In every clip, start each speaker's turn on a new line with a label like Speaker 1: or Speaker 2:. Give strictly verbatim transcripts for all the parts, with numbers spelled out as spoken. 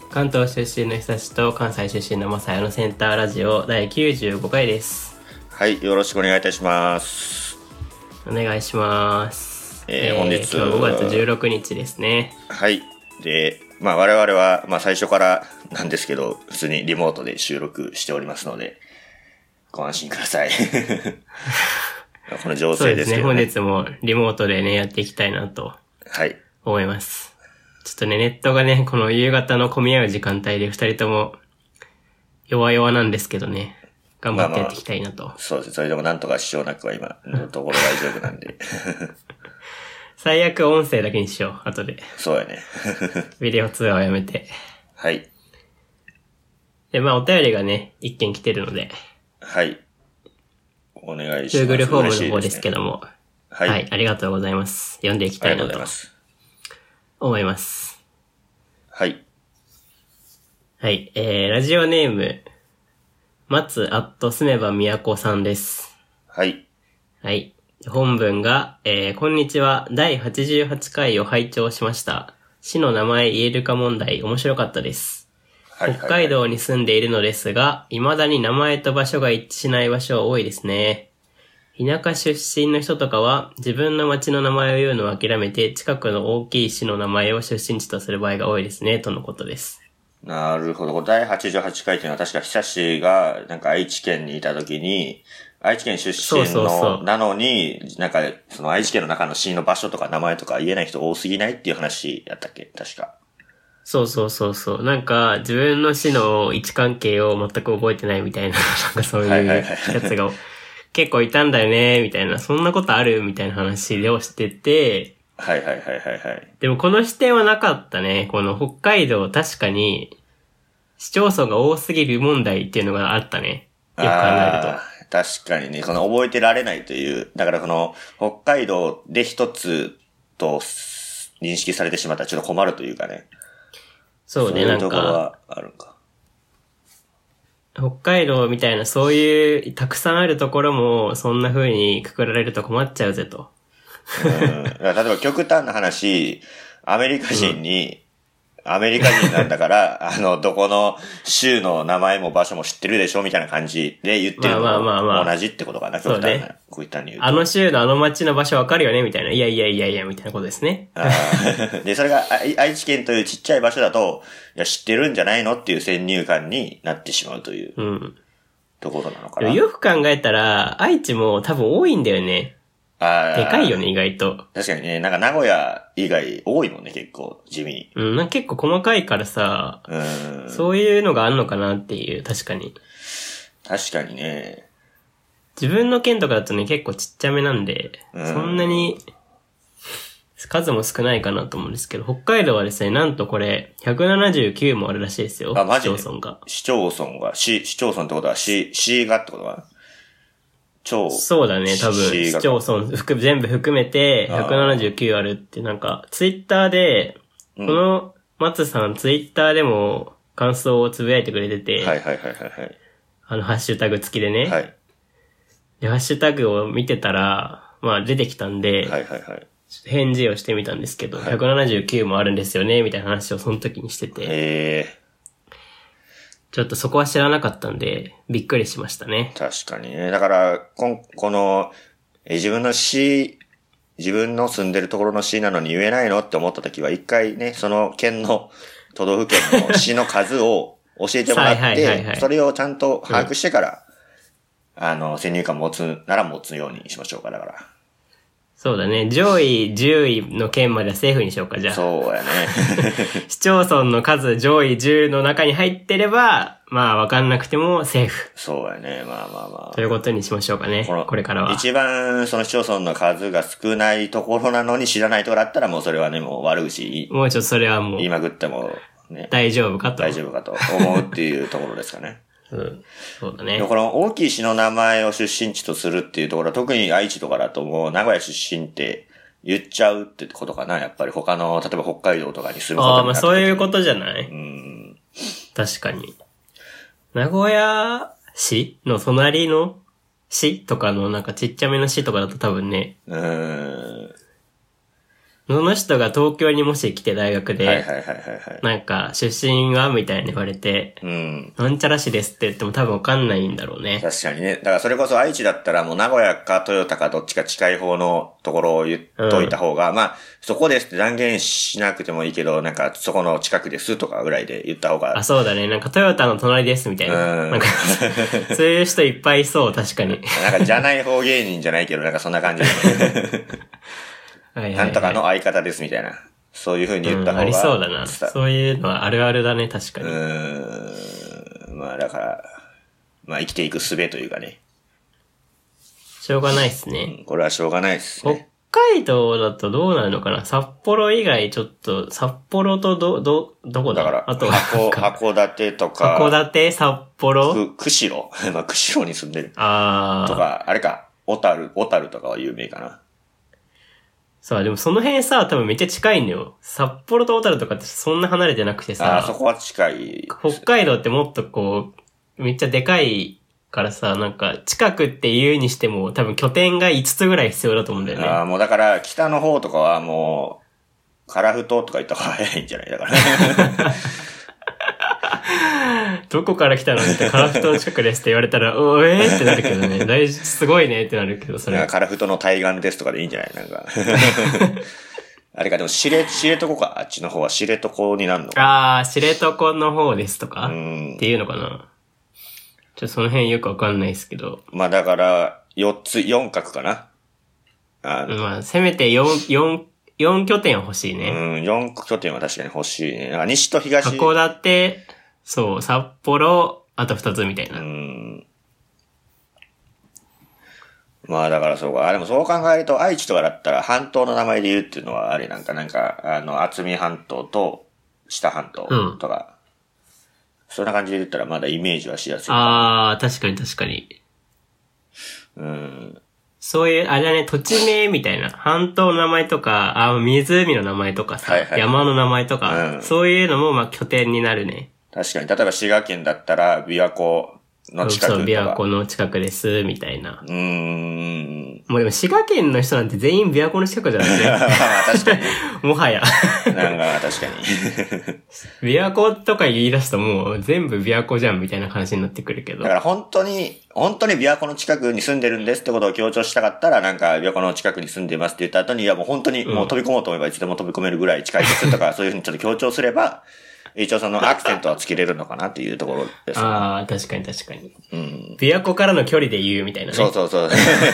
Speaker 1: 関東出身の久しと関西出身のマサヤのセンターラジオだいきゅうじゅうごかいです。
Speaker 2: はい、よろしくお願いいたします。
Speaker 1: お願いします。
Speaker 2: えー、本日、
Speaker 1: えー、今日ごがつじゅうろくにちですね。
Speaker 2: はい。で、まあ我々は、まあ最初からなんですけど、普通にリモートで収録しておりますので、ご安心ください。この情勢ですけどね。
Speaker 1: そうですね、本日もリモートでね、やっていきたいなと思います。はい、ちょっとね、ネットがね、この夕方の混み合う時間帯でふたりとも弱々なんですけどね、頑張ってやっていきたいなと。
Speaker 2: まあまあ、そうです。それでもなんとか支障なくは今のところ大丈夫なんで。
Speaker 1: 最悪音声だけにしよう、後で。
Speaker 2: そうやね。
Speaker 1: ビデオ通話はやめて。
Speaker 2: はい。
Speaker 1: で、まあお便りがね、一件来てるので。
Speaker 2: はい。お願いします。
Speaker 1: Google フォームの方ですけども。
Speaker 2: はい、
Speaker 1: はい。ありがとうございます。読んでいきたいなと思います。
Speaker 2: はい。
Speaker 1: はい。えー、ラジオネーム、松アットすめばみやこさんです。
Speaker 2: はい。
Speaker 1: はい。本文が、えー、こんにちは。だいはちじゅうはちかいを拝聴しました。市の名前言えるか問題、面白かったです。はいはいはい、北海道に住んでいるのですが、未だに名前と場所が一致しない場所多いですね。田舎出身の人とかは、自分の町の名前を言うのを諦めて、近くの大きい市の名前を出身地とする場合が多いですね、とのことです。
Speaker 2: なるほど。だいはちじゅうはちかいっていうのは確か久しが、なんか愛知県にいた時に、愛知県出身の、そうそうそうなのに、なんか、その愛知県の中の市の場所とか名前とか言えない人多すぎないっていう話やったっけ確か。
Speaker 1: そうそうそうそう。なんか、自分の市の位置関係を全く覚えてないみたいな、なんかそういうやつが結構いたんだよね、みたいな、そんなことあるみたいな話をしてて、
Speaker 2: はいはいはいはいはい。
Speaker 1: でもこの視点はなかったね。この北海道確かに、市町村が多すぎる問題っていうのがあったね。よく考える
Speaker 2: と。確かにね、その覚えてられないという、だからこの北海道で一つと認識されてしまったらちょっと困るというかね。
Speaker 1: そうね、なんか。そういうところは
Speaker 2: あるんか。
Speaker 1: 北海道みたいなそういうたくさんあるところもそんな風にくくられると困っちゃうぜと。
Speaker 2: うん、例えば極端な話、アメリカ人に、うん、アメリカ人なんだから、あの、どこの州の名前も場所も知ってるでしょみたいな感じで言ってるのも同じってことかな、極端な、ね、極端に言うと。
Speaker 1: あの州のあの町の場所わかるよねみたいな。いやいやいやいや、みたいなことですね。
Speaker 2: あで、それが愛知県というちっちゃい場所だと、いや、知ってるんじゃないのっていう先入観になってしまうという、うん、ところなのかな。
Speaker 1: よく考えたら、愛知も多分多いんだよね。あでかいよね、意外と。
Speaker 2: 確かにね、なんか名古屋以外多いもんね、結構、地味に。
Speaker 1: うん、なんか結構細かいからさ、うん、そういうのがあんのかなっていう、確かに。
Speaker 2: 確かにね。
Speaker 1: 自分の県とかだとね、結構ちっちゃめなんで、うん、そんなに数も少ないかなと思うんですけど、北海道はですね、なんとこれ、ひゃくななじゅうきゅうもあるらしいですよ。
Speaker 2: あ、マジで
Speaker 1: 市町村が。
Speaker 2: 市町村が、市、市町村ってことは、市、市がってことは超
Speaker 1: そうだね、多分、市町村含全部含めてひゃくななじゅうきゅうあるって、なんか、ツイッターで、この松さん、ツイッターでも感想をつぶやいてくれてて、
Speaker 2: はいはいはいはいはい。
Speaker 1: あの、ハッシュタグ付きでね。はい。で、ハッシュタグを見てたら、まあ出てきたんで、はいはいはい。返事をしてみたんですけど、はい、ひゃくななじゅうきゅうもあるんですよね、みたいな話をその時にしてて。へー。ちょっとそこは知らなかったんで、びっくりしましたね。
Speaker 2: 確かにね。だから、ここの、え自分の市、自分の住んでるところの市なのに言えないのって思った時は、一回ね、その県の、都道府県の市の数を教えてもらって、それをちゃんと把握してから、うん、あの、先入観持つなら持つようにしましょうか、だから。
Speaker 1: そうだね。上位じゅういの県まではセーフにしようか、じゃあ。
Speaker 2: そうやね。
Speaker 1: 市町村の数上位じゅうの中に入ってれば、まあ分かんなくてもセーフ。
Speaker 2: そうやね。まあまあまあ。
Speaker 1: ということにしましょうかね。こ, これからは。
Speaker 2: 一番その市町村の数が少ないところなのに知らないところだったらもうそれはね、もう悪口。
Speaker 1: もうちょっとそれはもう。
Speaker 2: 言いまくってもね。
Speaker 1: 大丈夫かと。
Speaker 2: 大丈夫かと思うっていうところですかね。
Speaker 1: うん。そうだね。
Speaker 2: この大きい市の名前を出身地とするっていうところは特に愛知とかだともう名古屋出身って言っちゃうってことかな。やっぱり他の、例えば北海道とかに住むことになった時に。ああ、まあ
Speaker 1: そういうことじゃない？うん。確かに。名古屋市の隣の市とかのなんかちっちゃめの市とかだと多分ね。うーん。 その人が東京にもし来て大学で、
Speaker 2: はいはいはいはいはい。
Speaker 1: なんか、出身はみたいに言われて、
Speaker 2: うん。
Speaker 1: なんちゃら市ですって言っても多分わかんないんだろうね。
Speaker 2: 確かにね。だからそれこそ愛知だったらもう名古屋かトヨタかどっちか近い方のところを言っといた方が、うん、まあ、そこですって断言しなくてもいいけど、なんかそこの近くですとかぐらいで言った方が。
Speaker 1: あ、そうだね。なんかトヨタの隣ですみたいな。うん、なんかそういう人いっぱいいそう、確かに。
Speaker 2: なんかじゃない方芸人じゃないけど、なんかそんな感じで。はいはいはい、なんとかの相方ですみたいな。そういう風に言った方が、うん。あ
Speaker 1: りそうだな。そういうのはあるあるだね、確かに。
Speaker 2: うーん。まあだから、まあ生きていく術というかね。
Speaker 1: しょうがないっすね。
Speaker 2: うん、これはしょうがないっすね。
Speaker 1: 北海道だとどうなるのかな？札幌以外ちょっと、札幌とど、ど、どこだ？
Speaker 2: だから、
Speaker 1: あと
Speaker 2: 函、函館とか。
Speaker 1: 函館、札幌
Speaker 2: く、釧路まあ釧路に住んでる。
Speaker 1: ああ。
Speaker 2: とか、あれか、小樽、小樽とかは有名かな。
Speaker 1: さあ、でもその辺さ、多分めっちゃ近いんだよ。札幌と小樽とかってそんな離れてなくてさ。
Speaker 2: ああ、そこは近い。
Speaker 1: 北海道ってもっとこう、めっちゃでかいからさ、なんか近くって言うにしても多分拠点がいつつぐらい必要だと思うんだよね。
Speaker 2: ああ、もうだから北の方とかはもう、カラフトとか言った方が早いんじゃないだから。
Speaker 1: どこから来たのってカラフトの近くですって言われたら、おえーってなるけどね。大事、すごいねってなるけど、それ。
Speaker 2: カラフトの対岸ですとかでいいんじゃないなんか。あれか、でも知れ、知床か。あっちの方は知床になるのか。
Speaker 1: ああ、知床の方ですとか
Speaker 2: うん
Speaker 1: っていうのかな。ちょっとその辺よくわかんないですけど。
Speaker 2: まあだから、よっつ、よん角かな。
Speaker 1: あのまあ、せめてよん、よん、よん拠点欲しいね。
Speaker 2: うん、よん拠点は確かに欲しいね。なんか西と東。
Speaker 1: 函館、そう、札幌、あとふたつみたいな。
Speaker 2: うん。まあだからそうか。あ、でもそう考えると愛知とかだったら半島の名前で言うっていうのはあれなんか、なんか、あの、渥美半島と下半島とか、うん、そんな感じで言ったらまだイメージはしやすい。
Speaker 1: ああ、確かに確かに。
Speaker 2: うん。
Speaker 1: そういう、あれだね、土地名みたいな。半島の名前とか、あ湖の名前とかさ、はいはい、山の名前とか、うん、そういうのもまあ拠点になるね。
Speaker 2: 確かに。例えば滋賀県だったら、琵琶湖の近くとか。
Speaker 1: そう、琵琶湖の近くです、みたいな。
Speaker 2: うーん。
Speaker 1: もうでも滋賀県の人なんて全員琵琶湖の近くじゃなくて。
Speaker 2: まあ確かに。
Speaker 1: もはや。
Speaker 2: なんか確かに。
Speaker 1: 琵琶湖とか言い出すともう全部琵琶湖じゃんみたいな話になってくるけど。
Speaker 2: だから本当に、本当に琵琶湖の近くに住んでるんですってことを強調したかったら、なんか琵琶湖の近くに住んでますって言った後に、いやもう本当にもう飛び込もうと思えばいつでも飛び込めるぐらい近いですとか、そういうふうにちょっと強調すれば、一応そのアクセントはつけれるのかなっていうところです、ね。
Speaker 1: ああ、確かに確かに。
Speaker 2: うん。
Speaker 1: 琵琶湖からの距離で言うみたいなね。
Speaker 2: そうそうそう。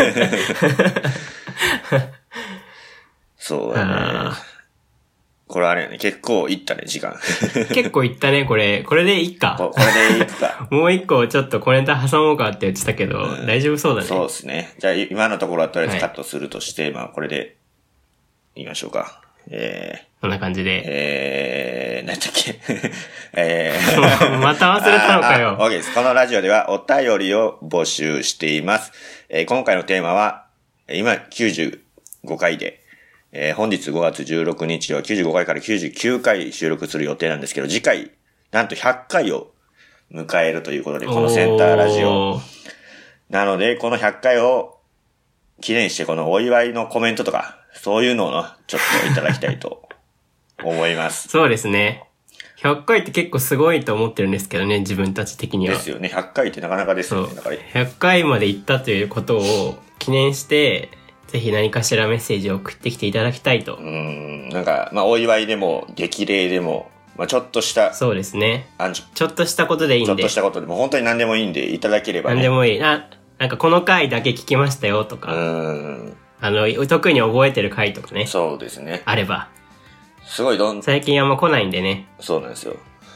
Speaker 2: そうだね。これあれやね、結構いったね、時間。
Speaker 1: 結構いったね、これ。これでいいか。
Speaker 2: こ, これでいくか。
Speaker 1: もう一個ちょっとコメント挟もうかって言ってたけど、うん、大丈夫そうだね。
Speaker 2: そうですね。じゃあ今のところはとりあえずカットするとして、はい、まあこれで言いましょうか。えー、
Speaker 1: こんな感じで。
Speaker 2: えー、何だっけ。え
Speaker 1: ー、また忘れたのかよ。
Speaker 2: OK です。このラジオではお便りを募集しています。えー、今回のテーマは、今きゅうじゅうごかいで、えー、本日ごがつじゅうろくにちはきゅうじゅうごかいからきゅうじゅうきゅうかい収録する予定なんですけど、次回、なんとひゃっかいを迎えるということで、このセンターラジオ。なので、このひゃっかいを記念してこのお祝いのコメントとか、そういうのをちょっといただきたいと思います。
Speaker 1: そうですね。ひゃっかいって結構すごいと思ってるんですけどね、自分たち的には。
Speaker 2: ですよね。ひゃっかいってなかなかですよね。だから
Speaker 1: ひゃっかいまで行ったということを記念して、ぜひ何かしらメッセージを送ってきていただきたいと。
Speaker 2: うーん。なんか、まあお祝いでも、激励でも、まあちょっとした。
Speaker 1: そうですね。
Speaker 2: あん
Speaker 1: ちょっとしたことでいいんで。
Speaker 2: ちょっとしたことでも、本当に何でもいいんで、いただければね。
Speaker 1: 何でもいい。な、なんかこの回だけ聞きましたよとか。
Speaker 2: うーん。
Speaker 1: あの、特に覚えてる回とかね。
Speaker 2: そうですね。
Speaker 1: あれば。
Speaker 2: すごいどん、
Speaker 1: 最近あんま来ないんでね。
Speaker 2: そうなんですよ。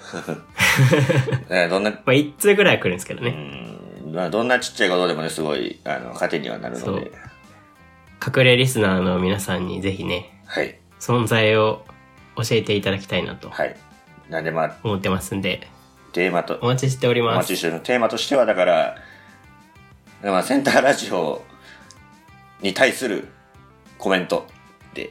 Speaker 2: どんな、ま
Speaker 1: あ一通ぐらい来るんですけどね。
Speaker 2: うん。まあどんなちっちゃいことでもね、すごい、あの、糧にはなるので。
Speaker 1: 隠れリスナーの皆さんにぜひね。
Speaker 2: はい。
Speaker 1: 存在を教えていただきたいなと。
Speaker 2: はい。なんでまあ。
Speaker 1: 思ってますんで。
Speaker 2: テーマと。
Speaker 1: お待ちしております。
Speaker 2: お待ちしてるテーマとしては、だから、まあセンターラジオに対するコメントで。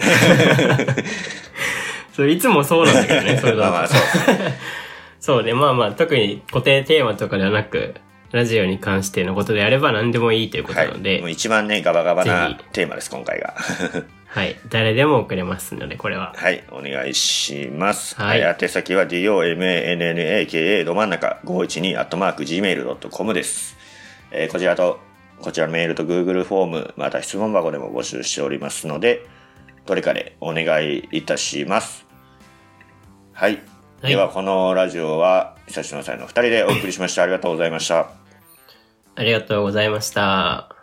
Speaker 1: それいつもそうなんだけどね、それだと。
Speaker 2: まあまあそうですね。
Speaker 1: そうね、まあまあ、特に固定テーマとかではなく、 ラジオに関してのことであれば何でもいいということなので、
Speaker 2: はい、もう一番ね、ガバガバなテーマです、今回が。
Speaker 1: はい。誰でも送れますので、これは。
Speaker 2: はい。お願いします。
Speaker 1: はい。
Speaker 2: 宛先は ディーオーエムエーエヌエヌエーケーエー ど真ん中 ごいちに アットマーク ジーメール ドットコム です。えー、こちらと、こちらのメールと Google フォーム、また質問箱でも募集しておりますので、どれかでお願いいたします。はい。はい、では、このラジオは、久しぶりの際のふたりでお送りしました。ありがとうございました。
Speaker 1: ありがとうございました。